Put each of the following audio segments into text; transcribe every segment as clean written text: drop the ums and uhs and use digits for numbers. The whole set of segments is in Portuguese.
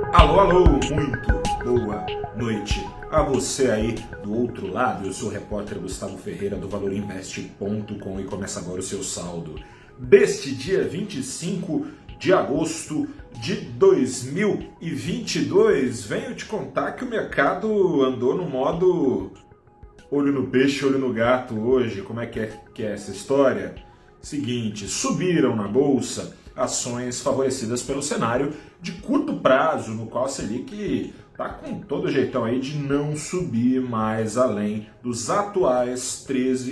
Alô, alô, muito boa noite a você aí do outro lado. Eu sou o repórter Gustavo Ferreira do valorinvest.com e começa agora o seu saldo deste dia 25 de agosto de 2022. Venho te contar que o mercado andou no modo olho no peixe, olho no gato hoje. Como é que é essa história? Seguinte, subiram na bolsa ações favorecidas pelo cenário de curto prazo, no qual a Selic está com todo jeitão aí de não subir mais além dos atuais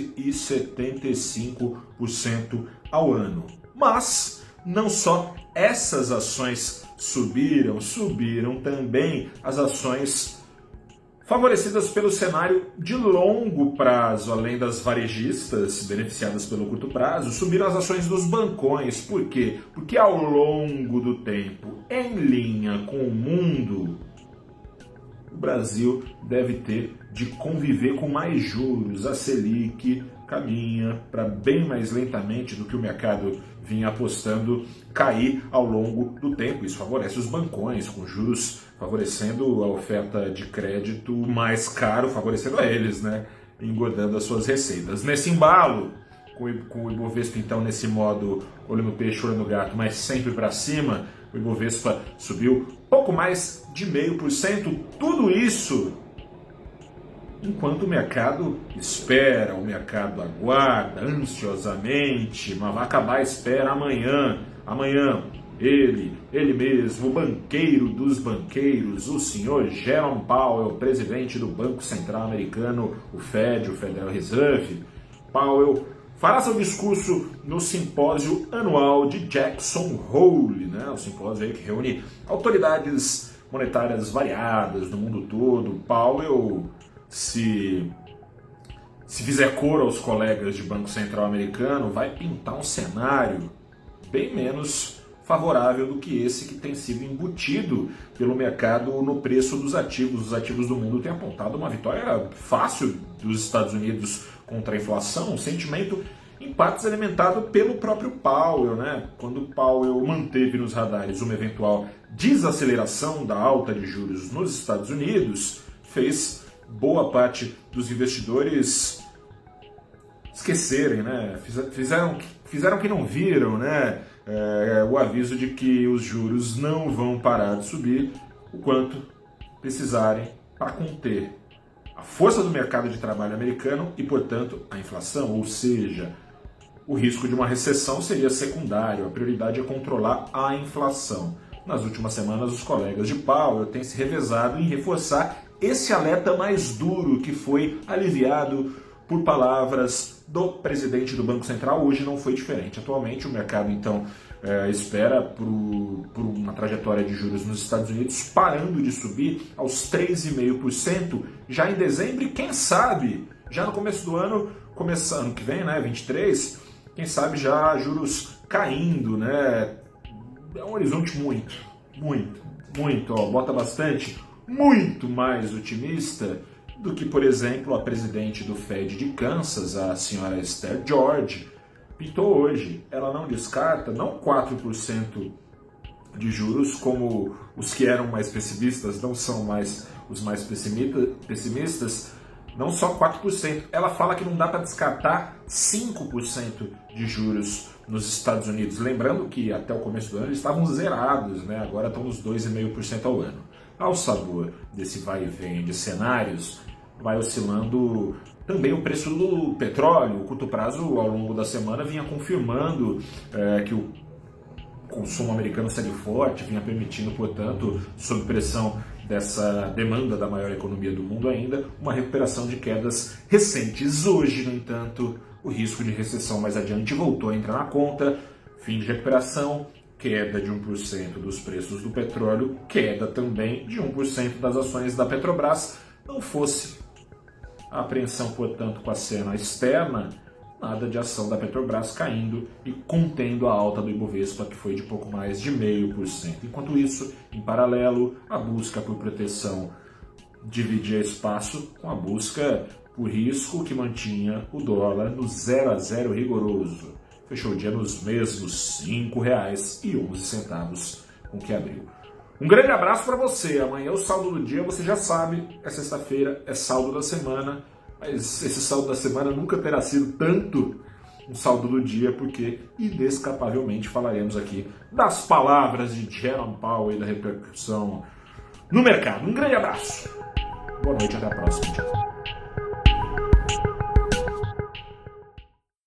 13,75% ao ano. Mas não só essas ações subiram também as ações favorecidas pelo cenário de longo prazo, além das varejistas beneficiadas pelo curto prazo, subiram as ações dos bancões. Por quê? Porque ao longo do tempo, em linha com o mundo, o Brasil deve ter de conviver com mais juros. A Selic caminha para bem mais lentamente do que o mercado vinha apostando cair ao longo do tempo. Isso favorece os bancões, com juros favorecendo a oferta de crédito mais caro, favorecendo a eles, né? Engordando as suas receitas. Nesse embalo, com o Ibovespa então nesse modo olho no peixe, olho no gato, mas sempre para cima, o Ibovespa subiu pouco mais de 0,5%. Tudo isso enquanto o mercado espera, o mercado aguarda ansiosamente, mas vai acabar a espera amanhã. Ele mesmo, o banqueiro dos banqueiros, o senhor Jerome Powell, presidente do Banco Central Americano, o Fed, o Federal Reserve. Powell fará seu discurso no simpósio anual de Jackson Hole, né? O simpósio aí que reúne autoridades monetárias variadas do mundo todo. Powell, se fizer coro aos colegas de Banco Central Americano, vai pintar um cenário bem menos favorável do que esse que tem sido embutido pelo mercado no preço dos ativos. Os ativos do mundo têm apontado uma vitória fácil dos Estados Unidos contra a inflação, um sentimento em partes alimentado pelo próprio Powell, né? Quando Powell manteve nos radares uma eventual desaceleração da alta de juros nos Estados Unidos, fez boa parte dos investidores esquecerem, né? Fizeram que não viram, né? O aviso de que os juros não vão parar de subir o quanto precisarem para conter a força do mercado de trabalho americano e, portanto, a inflação, ou seja, o risco de uma recessão seria secundário. A prioridade é controlar a inflação. Nas últimas semanas, os colegas de Powell têm se revezado em reforçar esse alerta mais duro que foi aliviado por palavras do presidente do Banco Central. Hoje não foi diferente. Atualmente o mercado então espera por uma trajetória de juros nos Estados Unidos parando de subir aos 3,5% já em dezembro e quem sabe já no começo do ano, ano que vem, né, 23, quem sabe já juros caindo, né? É um horizonte muito, bota bastante, muito mais otimista do que, por exemplo, a presidente do Fed de Kansas, a senhora Esther George, pintou hoje. Ela não descarta, não 4% de juros, como os que eram mais pessimistas não são mais os mais pessimistas, não só 4%. Ela fala que não dá para descartar 5% de juros nos Estados Unidos. Lembrando que até o começo do ano eles estavam zerados, né? Agora estão nos 2,5% ao ano. Ao sabor desse vai e vem de cenários, vai oscilando também o preço do petróleo. O curto prazo, ao longo da semana, vinha confirmando que o consumo americano segue forte, vinha permitindo, portanto, sob pressão dessa demanda da maior economia do mundo ainda, uma recuperação de quedas recentes. Hoje, no entanto, o risco de recessão mais adiante voltou a entrar na conta. Fim de recuperação, queda de 1% dos preços do petróleo, queda também de 1% das ações da Petrobras. Não fosse a apreensão, portanto, com a cena externa, nada de ação da Petrobras caindo e contendo a alta do Ibovespa, que foi de pouco mais de 0,5%. Enquanto isso, em paralelo, a busca por proteção dividia espaço com a busca por risco que mantinha o dólar no 0 a 0 rigoroso. Fechou o dia nos mesmos R$ 5,11 com que abriu. Um grande abraço para você. Amanhã é o saldo do dia, você já sabe, é sexta-feira, é saldo da semana, mas esse saldo da semana nunca terá sido tanto um saldo do dia, porque inescapavelmente falaremos aqui das palavras de Jerome Powell e da repercussão no mercado. Um grande abraço. Boa noite, até a próxima.